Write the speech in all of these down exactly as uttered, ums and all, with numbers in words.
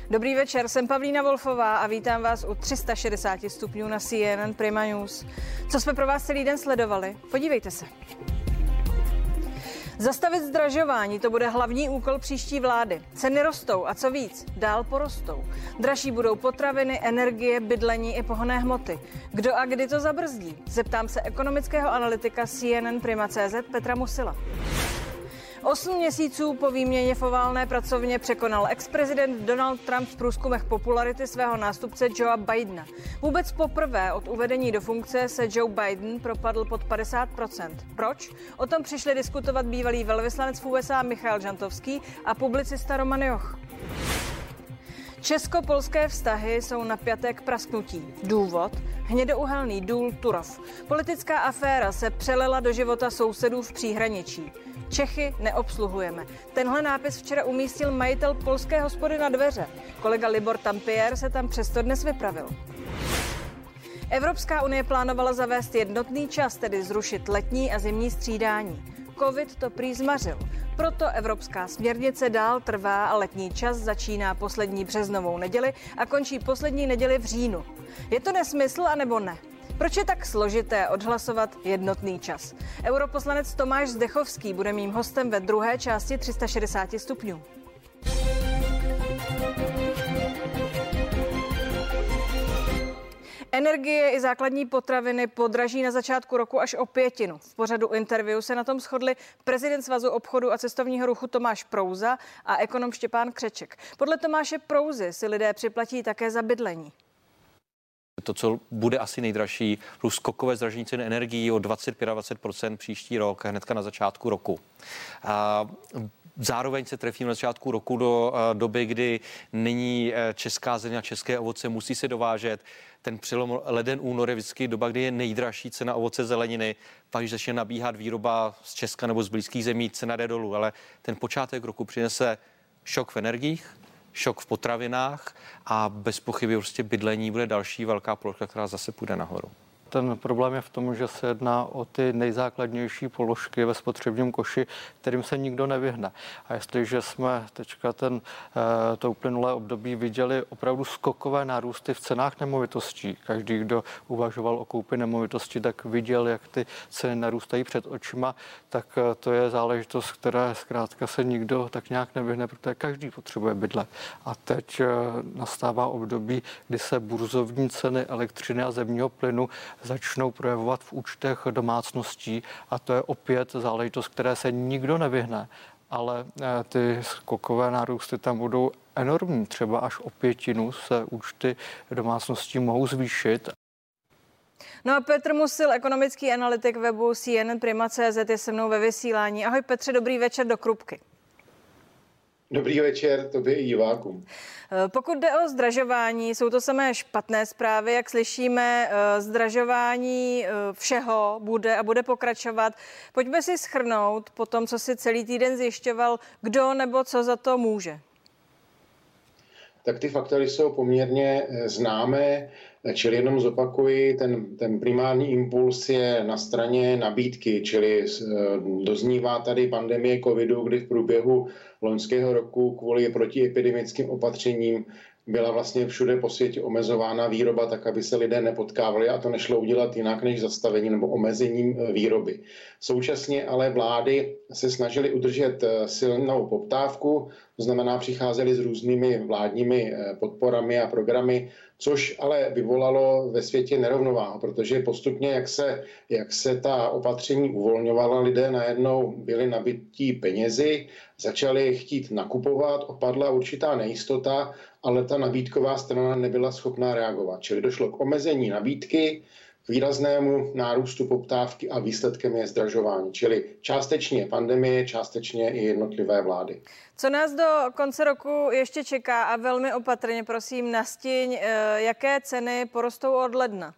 Dobrý večer, jsem Pavlína Wolfová a vítám vás u tři sta šedesát stupňů na C N N Prima News. Co jsme pro vás celý den sledovali? Podívejte se. Zastavit zdražování, to bude hlavní úkol příští vlády. Ceny rostou a co víc, dál porostou. Dražší budou potraviny, energie, bydlení i pohonné hmoty. Kdo a kdy to zabrzdí? Zeptám se ekonomického analytika C N N Prima tečka cé zet Petra Musila. Osm měsíců po výměně v oválné pracovně překonal ex-prezident Donald Trump v průzkumech popularity svého nástupce Joea Bidena. Vůbec poprvé od uvedení do funkce se Joe Biden propadl pod padesát procent. Proč? O tom přišli diskutovat bývalý velvyslanec v U S A Michail Žantovský a publicista Roman Joch. Česko-polské vztahy jsou napjaté k prasknutí. Důvod? Hnědouhelný důl Turów. Politická aféra se přelila do života sousedů v příhraničí. Čechy neobsluhujeme. Tenhle nápis včera umístil majitel polské hospody na dveře. Kolega Libor Tampier se tam přesto dnes vypravil. Evropská unie plánovala zavést jednotný čas, tedy zrušit letní a zimní střídání. Covid to prý zmařil. Proto evropská směrnice dál trvá a letní čas začíná poslední březnovou neděli a končí poslední neděli v říjnu. Je to nesmysl, anebo ne? Proč je tak složité odhlasovat jednotný čas? Europoslanec Tomáš Zdechovský bude mým hostem ve druhé části tři sta šedesát stupňů. Energie i základní potraviny podraží na začátku roku až o pětinu. V pořadu interview se na tom shodli prezident Svazu obchodu a cestovního ruchu Tomáš Prouza a ekonom Štěpán Křeček. Podle Tomáše Prouzy si lidé připlatí také za bydlení. To, co bude asi nejdražší, plus skokové zdražení cen energií o dvacet pět až dvacet procent příští rok, hnedka na začátku roku. A zároveň se trefíme na začátku roku do doby, kdy není česká země a české ovoce, musí se dovážet. Ten přelom leden, únor je vždycky doba, kdy je nejdražší cena ovoce, zeleniny. Pak, když začne nabíhat výroba z Česka nebo z blízkých zemí, cena jde dolů. Ale ten počátek roku přinese šok v energiích, šok v potravinách a bez pochyby prostě bydlení bude další velká položka, která zase půjde nahoru. Ten problém je v tom, že se jedná o ty nejzákladnější položky ve spotřebním koši, kterým se nikdo nevyhne. A jestliže jsme teďka ten, to uplynulé období viděli opravdu skokové nárůsty v cenách nemovitostí, každý, kdo uvažoval o koupi nemovitosti, tak viděl, jak ty ceny narůstají před očima, tak to je záležitost, která zkrátka se nikdo tak nějak nevyhne, protože každý potřebuje bydlet. A teď nastává období, kdy se burzovní ceny elektřiny a zemního plynu začnou projevovat v účtech domácností a to je opět záležitost, které se nikdo nevyhne, ale ty skokové nárůsty tam budou enormní, třeba až o pětinu se účty domácností mohou zvýšit. No a Petr Musil, ekonomický analytik webu C N N Prima tečka cé zet je se mnou ve vysílání. Ahoj Petře, dobrý večer do Krupky. Dobrý večer, tobě i divákům. Pokud jde o zdražování, jsou to samé špatné zprávy, jak slyšíme, zdražování všeho bude a bude pokračovat. Pojďme si shrnout po tom, co si celý týden zjišťoval, kdo nebo co za to může. Tak ty faktory jsou poměrně známé, čili jenom zopakuji, ten, ten primární impuls je na straně nabídky, čili doznívá tady pandemie covidu, kdy v průběhu loňského roku kvůli protiepidemickým opatřením byla vlastně všude po světě omezována výroba tak, aby se lidé nepotkávali a to nešlo udělat jinak než zastavením nebo omezením výroby. Současně ale vlády se snažily udržet silnou poptávku, to znamená přicházely s různými vládními podporami a programy, což ale vyvolalo ve světě nerovnováhu, protože postupně, jak se, jak se ta opatření uvolňovala, lidé najednou byli nabití penězi, začali chtít nakupovat, opadla určitá nejistota, ale ta nabídková strana nebyla schopná reagovat. Čili došlo k omezení nabídky, k výraznému nárůstu poptávky a výsledkem je zdražování. Čili částečně pandemie, částečně i jednotlivé vlády. Co nás do konce roku ještě čeká a velmi opatrně, prosím, nastíň, jaké ceny porostou od ledna?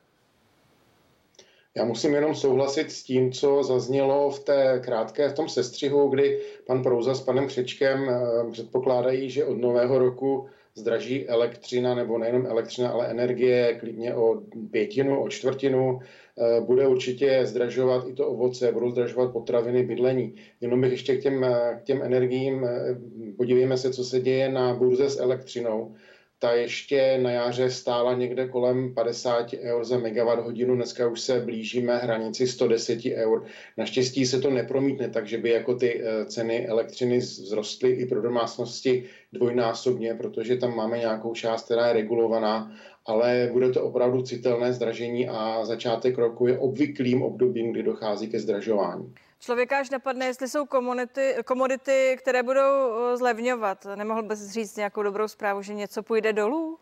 Já musím jenom souhlasit s tím, co zaznělo v té krátké, v tom sestřihu, kdy pan Prouza s panem Křečkem předpokládají, že od nového roku zdraží elektřina, nebo nejenom elektřina, ale energie klidně o pětinu, o čtvrtinu. Bude určitě zdražovat i to ovoce, budou zdražovat potraviny, bydlení. Jenom bych ještě k těm, k těm energiím, podívejme se, co se děje na burze s elektřinou. ta ještě na jaře stála někde kolem padesát eur za megawatt hodinu, dneska už se blížíme hranici sto deset eur. Naštěstí se to nepromítne, takže by jako ty ceny elektřiny vzrostly i pro domácnosti dvojnásobně, protože tam máme nějakou část, která je regulovaná, ale bude to opravdu citelné zdražení a začátek roku je obvyklým obdobím, kdy dochází ke zdražování. Člověka až napadne, jestli jsou komodity, komodity, které budou zlevňovat. Nemohl bys říct nějakou dobrou zprávu, že něco půjde dolů?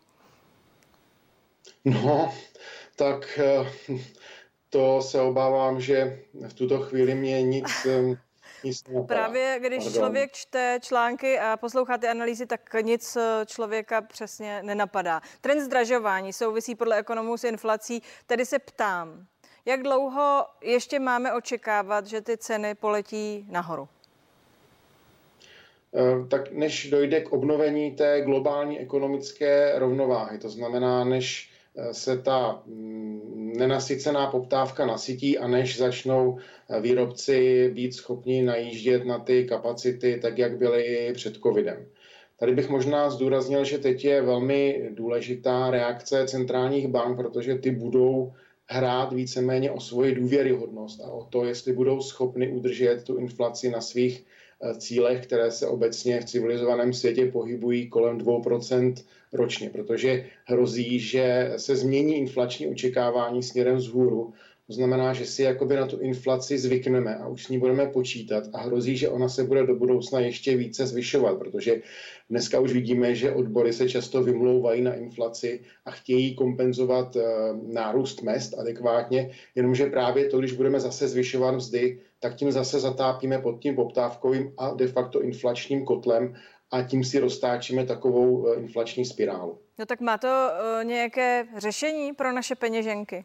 No, tak to se obávám, že v tuto chvíli mě nic, nic nenapadá. Právě když Pardon. člověk čte články a poslouchá ty analýzy, tak nic člověka přesně nenapadá. Trend zdražování souvisí podle ekonomů s inflací, tedy se ptám, jak dlouho ještě máme očekávat, že ty ceny poletí nahoru? Tak než dojde k obnovení té globální ekonomické rovnováhy, to znamená, než se ta nenasycená poptávka nasytí a než začnou výrobci být schopni najíždět na ty kapacity, tak jak byly před covidem. Tady bych možná zdůraznil, že teď je velmi důležitá reakce centrálních bank, protože ty budou hrát víceméně o svoji důvěryhodnost a o to, jestli budou schopni udržet tu inflaci na svých cílech, které se obecně v civilizovaném světě pohybují kolem dvou procent ročně, protože hrozí, že se změní inflační očekávání směrem vzhůru. To znamená, že si jakoby na tu inflaci zvykneme a už s ní budeme počítat a hrozí, že ona se bude do budoucna ještě více zvyšovat, protože dneska už vidíme, že odbory se často vymlouvají na inflaci a chtějí kompenzovat nárůst mezd adekvátně, jenomže právě to, když budeme zase zvyšovat mzdy, tak tím zase zatápíme pod tím poptávkovým a de facto inflačním kotlem a tím si roztáčíme takovou inflační spirálu. No tak má to uh, nějaké řešení pro naše peněženky?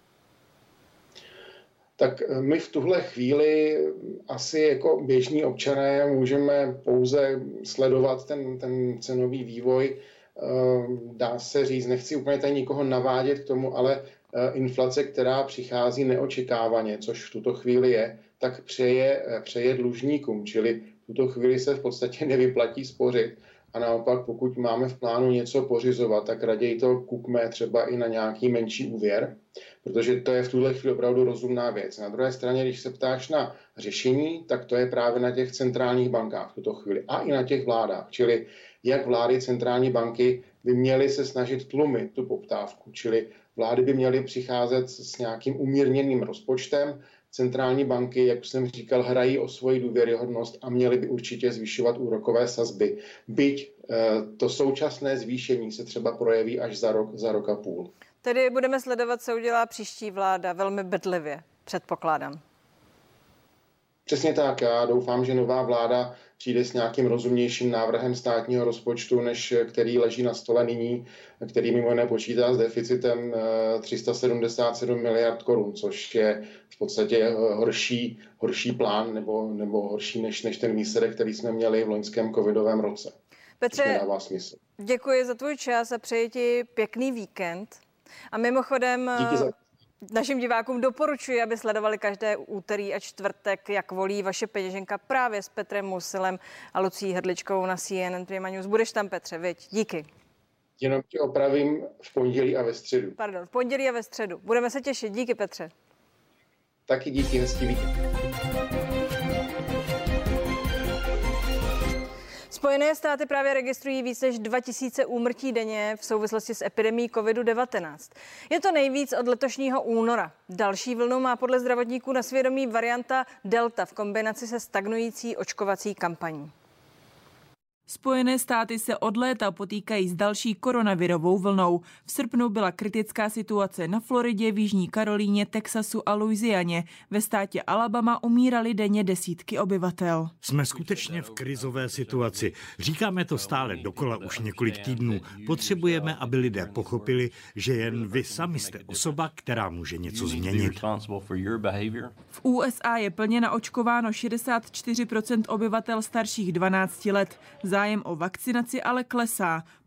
Tak my v tuhle chvíli asi jako běžní občané můžeme pouze sledovat ten, ten cenový vývoj. Dá se říct, nechci úplně tady nikoho navádět k tomu, ale inflace, která přichází neočekávaně, což v tuto chvíli je, tak přeje, přeje dlužníkům, čili v tuto chvíli se v podstatě nevyplatí spořit. A naopak, pokud máme v plánu něco pořizovat, tak raději to kupme třeba i na nějaký menší úvěr, protože to je v tuhle chvíli opravdu rozumná věc. Na druhé straně, když se ptáš na řešení, tak to je právě na těch centrálních bankách v tuto chvíli a i na těch vládách. Čili jak vlády, centrální banky by měly se snažit tlumit tu poptávku, čili vlády by měly přicházet s nějakým umírněným rozpočtem, centrální banky, jak jsem říkal, hrají o svoji důvěryhodnost a měly by určitě zvyšovat úrokové sazby. Byť to současné zvýšení se třeba projeví až za rok, za rok a půl. Tedy budeme sledovat, co udělá příští vláda, velmi bedlivě, předpokládám. Přesně tak. Já doufám, že nová vláda přijde s nějakým rozumnějším návrhem státního rozpočtu, než který leží na stole nyní, který mimo jiné počítá s deficitem tři sta sedmdesát sedm miliard korun, což je v podstatě horší, horší plán nebo, nebo horší než, než ten výsledek, který jsme měli v loňském covidovém roce. Petře, děkuji za tvůj čas a přeji ti pěkný víkend. A mimochodem za... našim divákům doporučuji, aby sledovali každé úterý a čtvrtek, jak volí vaše peněženka právě s Petrem Musilem a Lucí Hrdličkou na C N N Prima News. Budeš tam, Petře, viď? Díky. Jenom ti opravím, v pondělí a ve středu. Pardon, v pondělí a ve středu. Budeme se těšit. Díky, Petře. Taky díky, hezký víkend. Spojené státy právě registrují více než dva tisíce úmrtí denně v souvislosti s epidemií covid devatenáct. Je to nejvíc od letošního února. Další vlnu má podle zdravotníků na svědomí varianta Delta v kombinaci se stagnující očkovací kampaní. Spojené státy se od léta potýkají s další koronavirovou vlnou. V srpnu byla kritická situace na Floridě, v Jižní Karolíně, Texasu a Louisianě. Ve státě Alabama umírali denně desítky obyvatel. Jsme skutečně v krizové situaci. Říkáme to stále dokola už několik týdnů. Potřebujeme, aby lidé pochopili, že jen vy sami jste osoba, která může něco změnit. V U S A je plně naočkováno šedesát čtyři procent obyvatel starších dvanácti let. Zájem o vakcinaci ale klesá.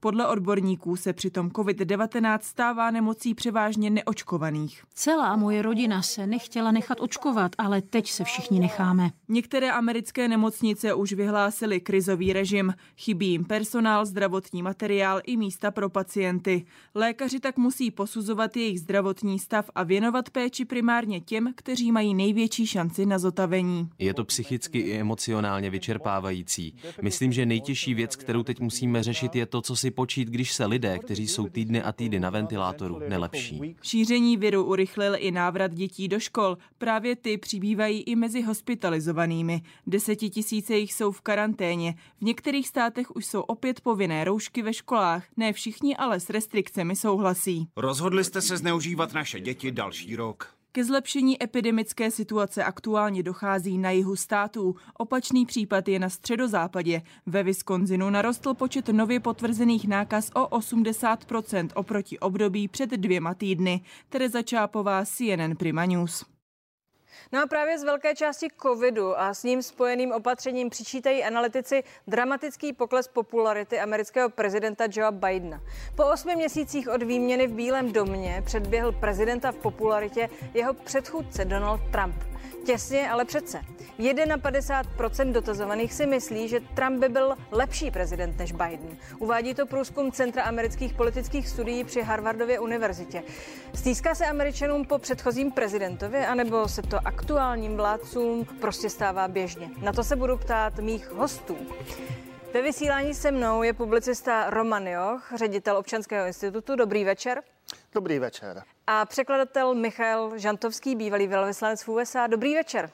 Podle odborníků se přitom covid devatenáct stává nemocí převážně neočkovaných. Celá moje rodina se nechtěla nechat očkovat, ale teď se všichni necháme. Některé americké nemocnice už vyhlásily krizový režim. Chybí jim personál, zdravotní materiál i místa pro pacienty. Lékaři tak musí posuzovat jejich zdravotní stav a věnovat péči primárně těm, kteří mají největší šanci na zotavení. Je to psychicky i emocionálně vyčerpávající. Myslím, že nejtěžší věc, kterou teď musíme řešit, je to, co si počít, když se lidé, kteří jsou týdny a týdny na ventilátoru, nelepší. Šíření viru urychlil i návrat dětí do škol. Právě ty přibývají i mezi hospitalizovanými. Desetitisíce jich jsou v karanténě. V některých státech už jsou opět povinné roušky ve školách. Ne všichni ale s restrikcemi souhlasí. Rozhodli jste se zneužívat naše děti další rok. Ke zlepšení epidemické situace aktuálně dochází na jihu států. Opačný případ je na středozápadě. Ve Wisconsinu narostl počet nově potvrzených nákaz o osmdesát procent oproti období před dvěma týdny. Tereza Čápová, C N N Prima News. No a právě z velké části covidu a s ním spojeným opatřením přičítají analytici dramatický pokles popularity amerického prezidenta Joea Bidena. Po osmi měsících od výměny v Bílém domě předběhl prezidenta v popularitě jeho předchůdce Donald Trump. Těsně, ale přece. padesát jedna procent dotazovaných si myslí, že Trump by byl lepší prezident než Biden. Uvádí to průzkum Centra amerických politických studií při Harvardově univerzitě. Stýská se Američanům po předchozím prezidentovi, anebo se to aktuálním vládcům prostě stává běžně? Na to se budu ptát mých hostů. Ve vysílání se mnou je publicista Roman Joch, ředitel Občanského institutu. Dobrý večer. Dobrý večer. A překladatel Michal Žantovský, bývalý velvyslanec v U S A. Dobrý večer.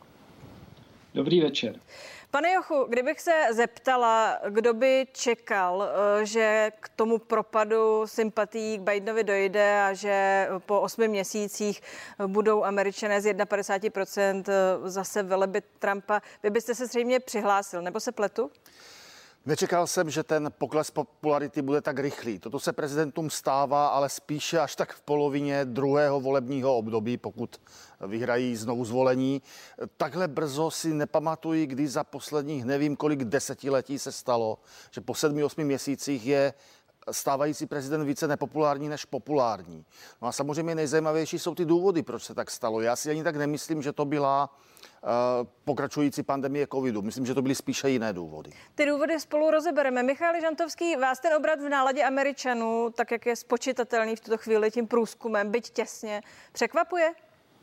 Dobrý večer. Pane Jochu, kdybych se zeptala, kdo by čekal, že k tomu propadu sympatií k Bidenovi dojde a že po osmi měsících budou Američané z padesát jedna procent zase velebit Trumpa, vy byste se zřejmě přihlásil, nebo se pletu? Nečekal jsem, že ten pokles popularity bude tak rychlý. Toto se prezidentům stává, ale spíše až tak v polovině druhého volebního období, pokud vyhrají znovu zvolení. Takhle brzo si nepamatuji, kdy za posledních nevím kolik desetiletí se stalo, že po sedmi, osmi měsících je stávající prezident více nepopulární než populární. No a samozřejmě nejzajímavější jsou ty důvody, proč se tak stalo. Já si ani tak nemyslím, že to byla uh, pokračující pandemie covidu. Myslím, že to byly spíše jiné důvody. Ty důvody spolu rozebereme. Michal Žantovský, vás ten obrat v náladě Američanů, tak jak je spočitatelný v tuto chvíli tím průzkumem, byť těsně, překvapuje?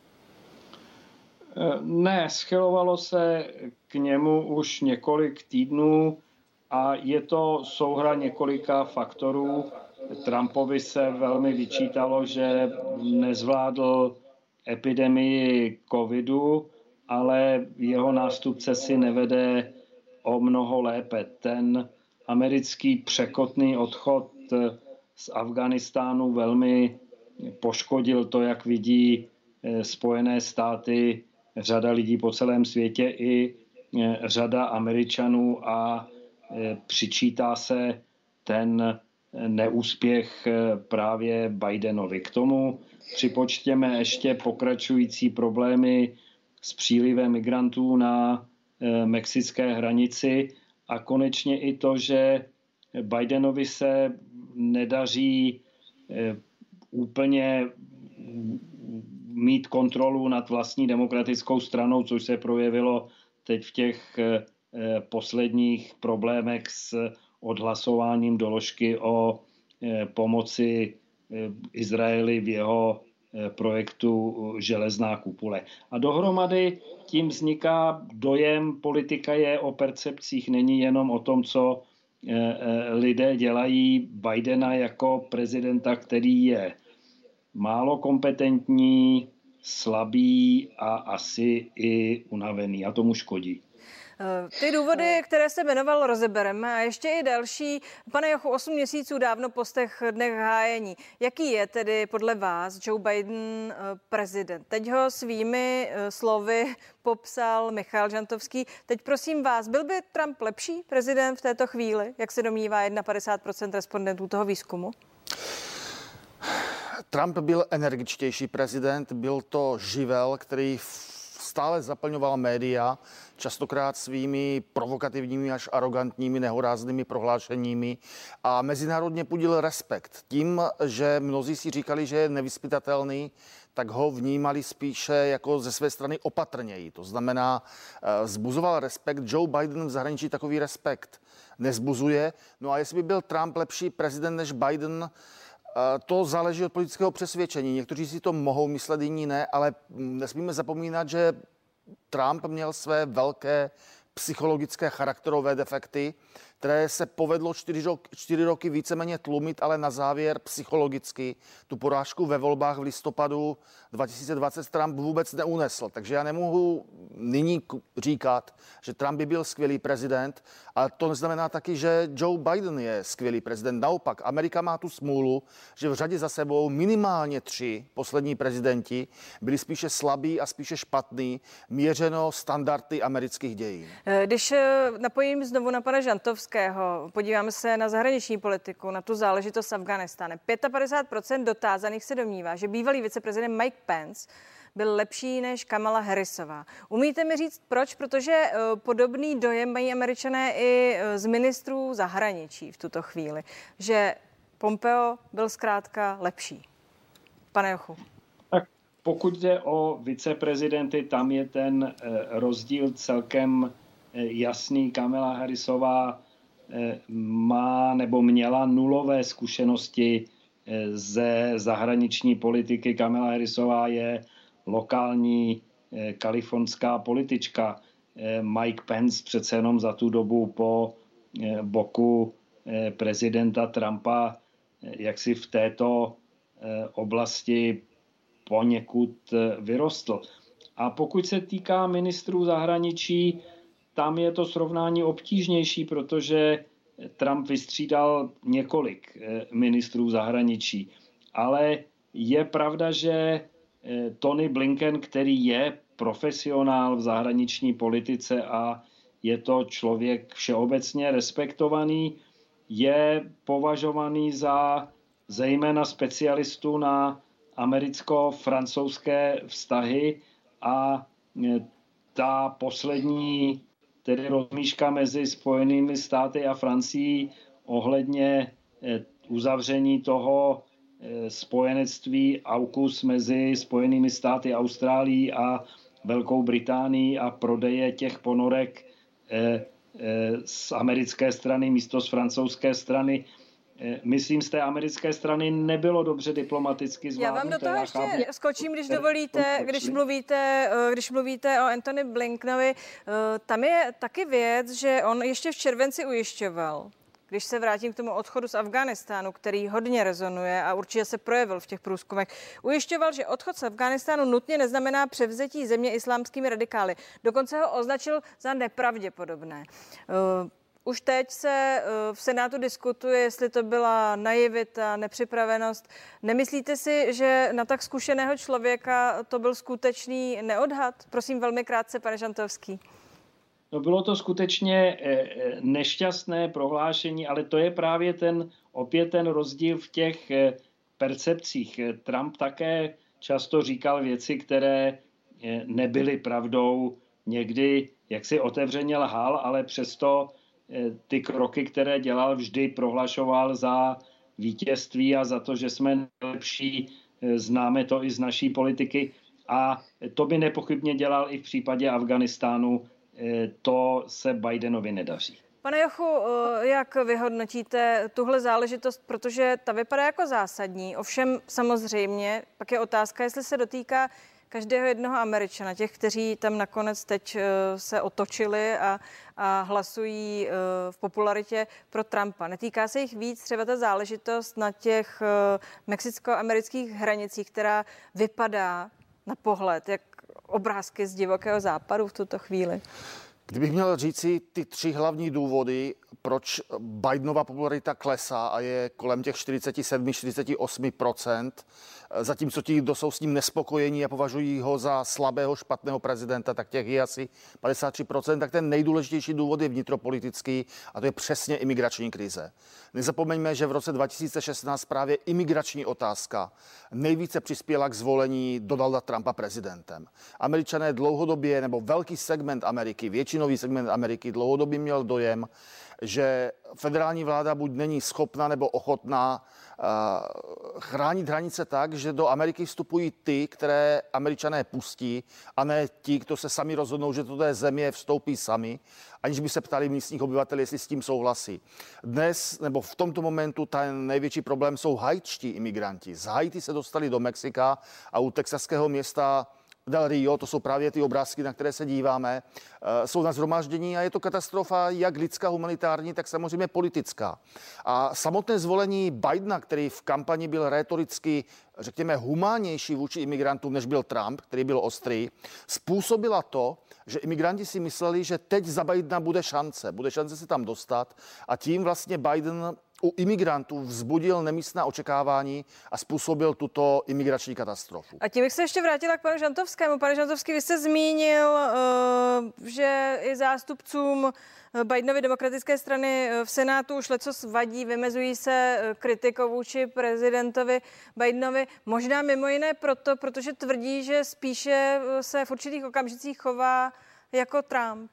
Ne, schylovalo se k němu už několik týdnů a je to souhra několika faktorů. Trumpovi se velmi vyčítalo, že nezvládl epidemii covidu, ale jeho nástupce si nevede o mnoho lépe. Ten americký překotný odchod z Afghánistánu velmi poškodil to, jak vidí Spojené státy, řada lidí po celém světě i řada Američanů a přičítá se ten neúspěch právě Bidenovi. K tomu připočtěme ještě pokračující problémy s přílivem migrantů na mexické hranici a konečně i to, že Bidenovi se nedaří úplně mít kontrolu nad vlastní demokratickou stranou, což se projevilo teď v těch posledních problémech s odhlasováním doložky o pomoci Izraeli v jeho projektu Železná kupole. A dohromady tím vzniká dojem, politika je o percepcích, není jenom o tom, co lidé dělají. Bidena jako prezidenta, který je málo kompetentní, slabý a asi i unavený. A tomu škodí. Ty důvody, které jste jmenoval, rozebereme a ještě i další. Pane Jochu, osm měsíců dávno po těch dnech hájení. Jaký je tedy podle vás Joe Biden prezident? Teď ho svými slovy popsal Michal Žantovský. Teď prosím vás, byl by Trump lepší prezident v této chvíli, jak se domnívá padesát jedna procent respondentů toho výzkumu? Trump byl energičtější prezident, byl to živel, který stále zaplňoval média, častokrát svými provokativními až arrogantními, nehoráznými prohlášeními a mezinárodně pudil respekt. Tím, že mnozí si říkali, že je nevyzpytatelný, tak ho vnímali spíše jako ze své strany opatrněji. To znamená, zbuzoval respekt. Joe Biden v zahraničí takový respekt nezbuzuje. No a jestli by byl Trump lepší prezident než Biden, to záleží od politického přesvědčení. Někteří si to mohou myslet, jiní ne, ale nesmíme zapomínat, že Trump měl své velké psychologické charakterové defekty, které se povedlo čtyři, rok, čtyři roky víceméně tlumit, ale na závěr psychologicky tu porážku ve volbách v listopadu dva tisíce dvacet Trump vůbec neunesl. Takže já nemohu nyní říkat, že Trump by byl skvělý prezident, ale to neznamená taky, že Joe Biden je skvělý prezident. Naopak, Amerika má tu smůlu, že v řadě za sebou minimálně tři poslední prezidenti byli spíše slabí a spíše špatný, měřeno standardy amerických dějin. Když napojím znovu na pana Žantovského, podíváme se na zahraniční politiku, na tu záležitost s Afghánistánem. padesát pět procent dotázaných se domnívá, že bývalý viceprezident Mike Pence byl lepší než Kamala Harrisová. Umíte mi říct proč? Protože podobný dojem mají Američané i z ministrů zahraničí v tuto chvíli, že Pompeo byl zkrátka lepší. Pane Jochu. Tak pokud jde o viceprezidenty, tam je ten rozdíl celkem jasný. Kamala Harrisová má nebo měla nulové zkušenosti ze zahraniční politiky. Kamala Harrisová je lokální kalifornská politička. Mike Pence přece jenom za tu dobu po boku prezidenta Trumpa jaksi v této oblasti poněkud vyrostl. A pokud se týká ministrů zahraničí, tam je to srovnání obtížnější, protože Trump vystřídal několik ministrů zahraničí. Ale je pravda, že Tony Blinken, který je profesionál v zahraniční politice a je to člověk všeobecně respektovaný, je považovaný za zejména specialistu na americko-francouzské vztahy a ta poslední tedy rozmíška mezi Spojenými státy a Francií ohledně uzavření toho spojenectví AUKUS mezi Spojenými státy, Austrálií a Velkou Británií a prodeje těch ponorek z americké strany místo z francouzské strany. Myslím, z té americké strany nebylo dobře diplomaticky zvládnuté. Já vám do toho ještě chápu, skočím, když dovolíte, když mluvíte, když mluvíte o Antony Blinkenovi. Tam je taky věc, že on ještě v červenci ujišťoval, když se vrátím k tomu odchodu z Afghánistánu, který hodně rezonuje a určitě se projevil v těch průzkumech, ujišťoval, že odchod z Afghánistánu nutně neznamená převzetí země islámskými radikály. Dokonce ho označil za nepravděpodobné. Už teď se v Senátu diskutuje, jestli to byla naivita, nepřipravenost. Nemyslíte si, že na tak zkušeného člověka to byl skutečný neodhad? Prosím velmi krátce, pane Žantovský. No, bylo to skutečně nešťastné prohlášení, ale to je právě ten, opět ten rozdíl v těch percepcích. Trump také často říkal věci, které nebyly pravdou. Někdy jaksi otevřeně lhal, ale přesto ty kroky, které dělal, vždy prohlašoval za vítězství a za to, že jsme nejlepší. Známe to i z naší politiky. A to by nepochybně dělal i v případě Afghánistánu. To se Bidenovi nedaří. Pane Jochu, jak vyhodnotíte tuhle záležitost, protože ta vypadá jako zásadní, ovšem samozřejmě pak je otázka, jestli se dotýká každého jednoho Američana, těch, kteří tam nakonec teď se otočili a, a hlasují v popularitě pro Trumpa. Netýká se jich víc třeba ta záležitost na těch mexicko-amerických hranicích, která vypadá na pohled jak obrázky z divokého západu v tuto chvíli? Kdybych měl říci ty tři hlavní důvody, proč Bidenova popularita klesá a je kolem těch čtyřicet sedm čtyřicet osm procent, zatímco ti, kdo jsou s ním nespokojení a považují ho za slabého, špatného prezidenta, tak těch je asi padesát tři procent, tak ten nejdůležitější důvod je vnitropolitický a to je přesně imigrační krize. Nezapomeňme, že v roce dva tisíce šestnáct právě imigrační otázka nejvíce přispěla k zvolení Donalda Trumpa prezidentem. Američané dlouhodobě, nebo velký segment Ameriky, většinový segment Ameriky dlouhodobě měl dojem, že federální vláda buď není schopna nebo ochotná uh, chránit hranice tak, že do Ameriky vstupují ty, které Američané pustí, a ne ti, kdo se sami rozhodnou, že do té země vstoupí sami, aniž by se ptali místních obyvatel, jestli s tím souhlasí. Dnes, nebo v tomto momentu, ten největší problém jsou haitští imigranti. Z Haiti se dostali do Mexika a u texaského města Del Rio, to jsou právě ty obrázky, na které se díváme, jsou na shromáždění a je to katastrofa jak lidská, humanitární, tak samozřejmě politická. A samotné zvolení Bidena, který v kampani byl rétoricky, řekněme, humánnější vůči imigrantům, než byl Trump, který byl ostrý, způsobila to, že imigranti si mysleli, že teď za Bidena bude šance, bude šance se tam dostat, a tím vlastně Biden u imigrantů vzbudil nemístná očekávání a způsobil tuto imigrační katastrofu. A tím bych se ještě vrátila k panu Žantovskému. Pane Žantovský, vy jste zmínil, že i zástupcům Bidenovy demokratické strany v Senátu už lecos vadí, vymezují se kritikou vůči prezidentovi Bidenovi. Možná mimo jiné proto, protože tvrdí, že spíše se v určitých okamžicích chová jako Trump.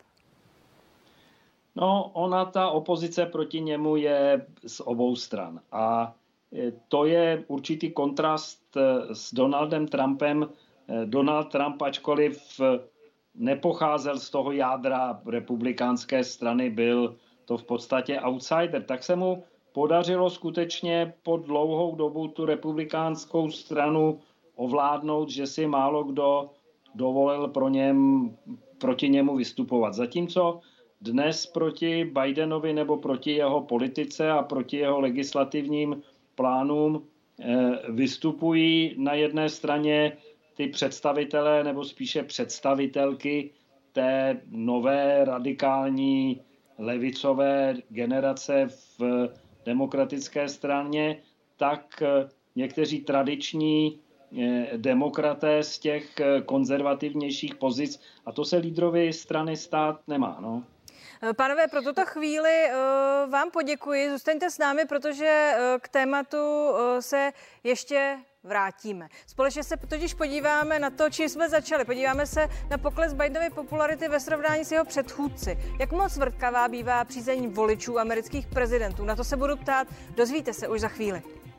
No, ona, ta opozice proti němu je z obou stran. A to je určitý kontrast s Donaldem Trumpem. Donald Trump, ačkoliv nepocházel z toho jádra republikánské strany, byl to v podstatě outsider, tak se mu podařilo skutečně po dlouhou dobu tu republikánskou stranu ovládnout, že si málo kdo dovolil pro něm, proti němu vystupovat. Zatímco dnes proti Bidenovi nebo proti jeho politice a proti jeho legislativním plánům vystupují na jedné straně ty představitelé nebo spíše představitelky té nové radikální levicové generace v demokratické straně, tak někteří tradiční demokraté z těch konzervativnějších pozic, a to se lídrovi strany stát nemá. No. Pánové, pro tuto chvíli uh, vám poděkuji. Zůstaňte s námi, protože uh, k tématu uh, se ještě vrátíme. Společně se totiž podíváme na to, čím jsme začali. Podíváme se na pokles Bidenovy popularity ve srovnání s jeho předchůdci. Jak moc vrtkavá bývá přízeň voličů amerických prezidentů? Na to se budu ptát. Dozvíte se už za chvíli.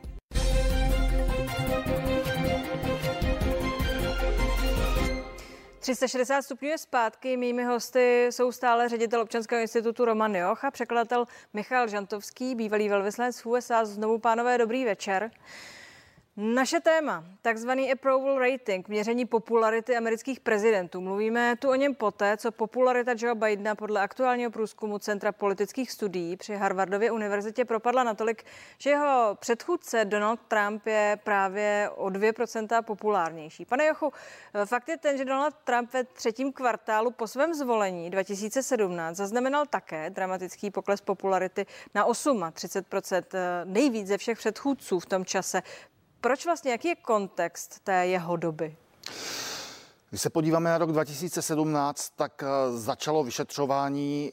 tři sta šedesát stupňů je zpátky. Mými hosty jsou stále ředitel Občanského institutu Roman Joch a překladatel Michal Žantovský, bývalý velvyslanec v U S A. Znovu, pánové, dobrý večer. Naše téma, takzvaný approval rating, měření popularity amerických prezidentů. Mluvíme tu o něm poté, co popularita Joe Bidena podle aktuálního průzkumu Centra politických studií při Harvardově univerzitě propadla natolik, že jeho předchůdce Donald Trump je právě o dvě procenta populárnější. Pane Jochu, fakt je ten, že Donald Trump ve třetím kvartálu po svém zvolení dva tisíce sedmnáct zaznamenal také dramatický pokles popularity na třicet osm procent, nejvíc ze všech předchůdců v tom čase. Proč vlastně, jaký je kontext té jeho doby? Když se podíváme na rok dva tisíce sedmnáct, tak začalo vyšetřování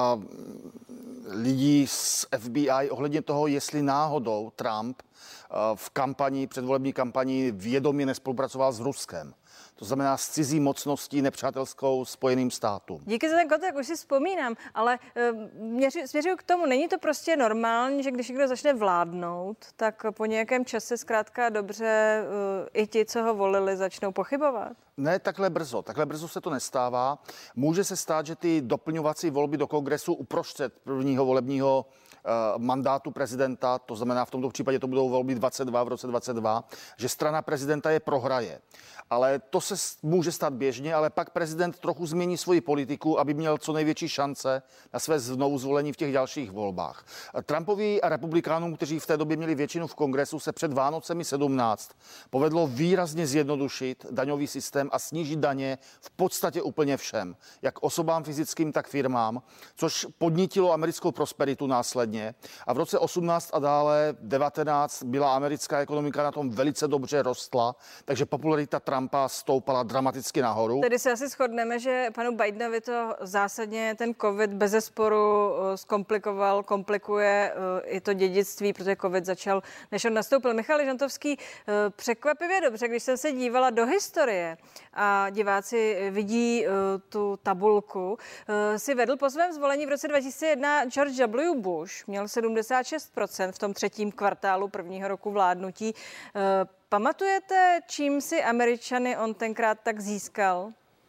lidí z F B I ohledně toho, jestli náhodou Trump v kampani, předvolební kampani vědomě nespolupracoval s Ruskem. To znamená s cizí mocností nepřátelskou Spojeným státům. Díky za ten kontakt, už si vzpomínám, ale měři, směřuji k tomu, není to prostě normální, že když někdo začne vládnout, tak po nějakém čase zkrátka dobře i ti, co ho volili, začnou pochybovat? Ne, takhle brzo. Takhle brzo se to nestává. Může se stát, že ty doplňovací volby do kongresu uprostřed prvního volebního mandátu prezidenta, to znamená v tomto případě to budou volby dvacet dva v roce dvacet dva, že strana prezidenta je prohraje. Ale to se může stát běžně, ale pak prezident trochu změní svoji politiku, aby měl co největší šance na své znovu zvolení v těch dalších volbách. Trumpovi a republikánům, kteří v té době měli většinu v kongresu, se před Vánocemi sedmnáct povedlo výrazně zjednodušit daňový systém a snížit daně v podstatě úplně všem, jak osobám fyzickým, tak firmám, což podnítilo americkou prosperitu následně. A v roce osmnáct a dále devatenáct byla americká ekonomika na tom velice dobře rostla, takže popularita Trumpa stoupala dramaticky nahoru. Tedy se asi shodneme, že panu Bidenovi to zásadně ten covid bezesporu zkomplikoval, komplikuje i to dědictví, protože covid začal, než on nastoupil. Michal Žantovský, překvapivě dobře, když jsem se dívala do historie a diváci vidí tu tabulku, si vedl po svém zvolení v roce dva tisíce jedna George W. Bush, měl sedmdesát šest procent v tom třetím kvartálu prvního roku vládnutí. Pamatujete, čím si Američany on tenkrát tak získal?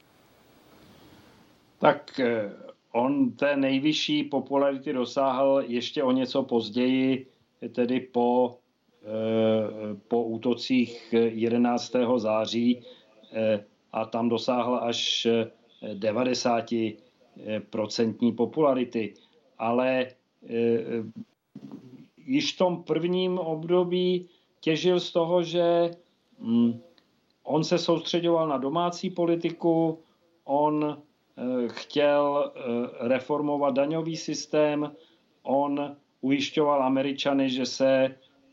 Tak on té nejvyšší popularity dosáhl ještě o něco později, tedy po, po útocích jedenáctého září a tam dosáhl až devadesát procent popularity. Ale již v tom prvním období těžil z toho, že on se soustředoval na domácí politiku, on chtěl reformovat daňový systém, on ujišťoval Američany, že se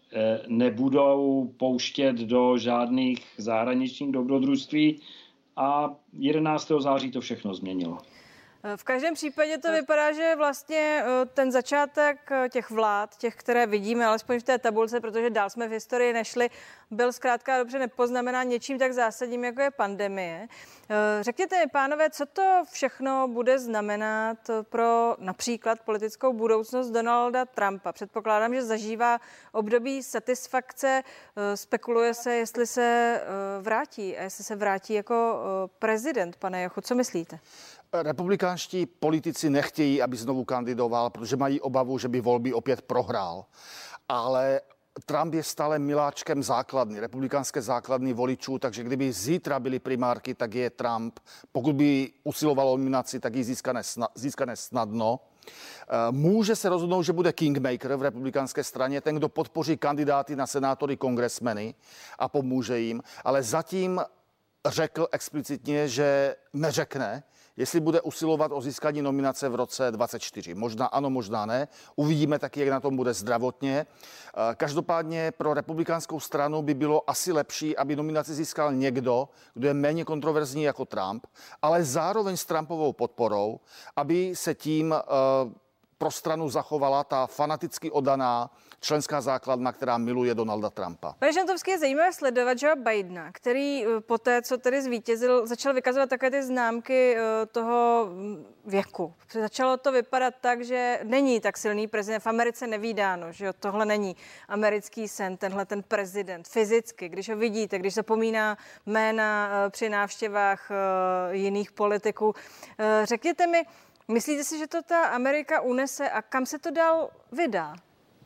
nebudou pouštět do žádných zahraničních dobrodružství a jedenáctého září to všechno změnilo. V každém případě to vypadá, že vlastně ten začátek těch vlád, těch, které vidíme, alespoň v té tabulce, protože dál jsme v historii nešli, byl zkrátka dobře nepoznamenán něčím tak zásadním, jako je pandemie. Řekněte mi, pánové, co to všechno bude znamenat pro například politickou budoucnost Donalda Trumpa? Předpokládám, že zažívá období satisfakce. Spekuluje se, jestli se vrátí a jestli se vrátí jako prezident. Pane Jochu, co myslíte? Republikánští politici nechtějí, aby znovu kandidoval, protože mají obavu, že by volby opět prohrál. Ale Trump je stále miláčkem základny, republikánské základny voličů, takže kdyby zítra byly primárky, tak je Trump. Pokud by usiloval o nominaci, tak ji získane snadno. Může se rozhodnout, že bude kingmaker v republikánské straně, ten, kdo podpoří kandidáty na senátory, kongresmeny a pomůže jim, ale zatím řekl explicitně, že neřekne, jestli bude usilovat o získání nominace v roce dvacet čtyři. Možná ano, možná ne. Uvidíme taky, jak na tom bude zdravotně. Každopádně pro republikánskou stranu by bylo asi lepší, aby nominaci získal někdo, kdo je méně kontroverzní jako Trump, ale zároveň s Trumpovou podporou, aby se tím pro stranu zachovala ta fanaticky oddaná členská základna, která miluje Donalda Trumpa. Pane Žantovský, je zajímavé sledovat Joea Bidena, který poté, co tedy zvítězil, začal vykazovat takové ty známky toho věku. Začalo to vypadat tak, že není tak silný prezident. V Americe nevídáno, že jo, tohle není americký sen, tenhle ten prezident fyzicky, když ho vidíte, když zapomíná jména při návštěvách jiných politiků. Řekněte mi, myslíte si, že to ta Amerika unese a kam se to dál vydá?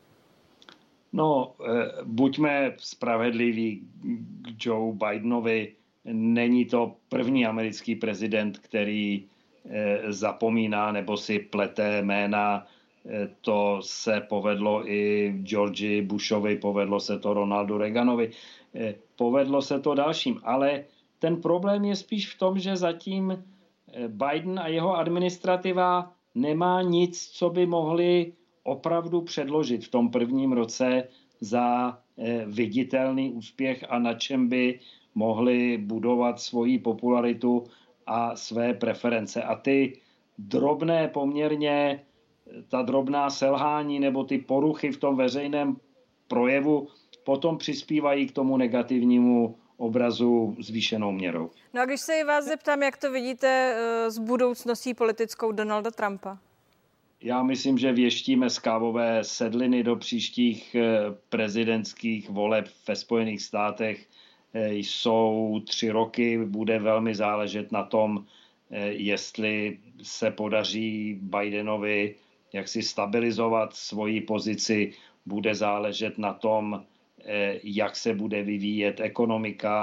No, buďme spravedliví k Joe Bidenovi. Není to první americký prezident, který zapomíná nebo si plete jména. To se povedlo i Georgi Bushovi, povedlo se to Ronaldu Reaganovi, povedlo se to dalším. Ale ten problém je spíš v tom, že zatím Biden a jeho administrativa nemá nic, co by mohli opravdu předložit v tom prvním roce za viditelný úspěch a na čem by mohli budovat svoji popularitu a své preference. A ty drobné poměrně, ta drobná selhání nebo ty poruchy v tom veřejném projevu potom přispívají k tomu negativnímu obrazu zvýšenou měrou. No a když se i vás zeptám, jak to vidíte s budoucností politickou Donalda Trumpa? Já myslím, že věštíme z kávové sedliny do příštích prezidentských voleb ve Spojených státech. Jsou tři roky, bude velmi záležet na tom, jestli se podaří Bidenovi jak si stabilizovat svoji pozici, bude záležet na tom, jak se bude vyvíjet ekonomika,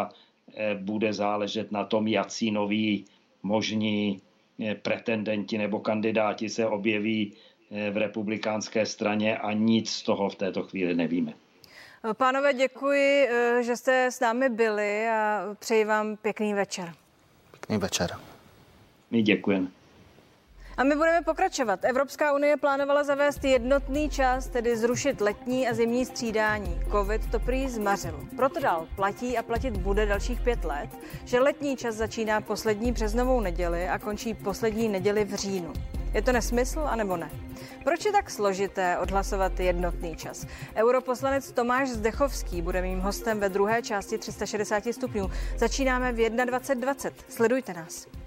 bude záležet na tom, jací noví možní pretendenti nebo kandidáti se objeví v republikánské straně a nic z toho v této chvíli nevíme. Pánové, děkuji, že jste s námi byli a přeji vám pěkný večer. Pěkný večer. My děkujeme. A my budeme pokračovat. Evropská unie plánovala zavést jednotný čas, tedy zrušit letní a zimní střídání. Covid to prý zmařil. Proto dál platí a platit bude dalších pět let, že letní čas začíná poslední březnovou neděli a končí poslední neděli v říjnu. Je to nesmysl, anebo ne? Proč je tak složité odhlasovat jednotný čas? Europoslanec Tomáš Zdechovský bude mým hostem ve druhé části tři sta šedesát stupňů. Začínáme v dvacet jedna dvacet. Sledujte nás.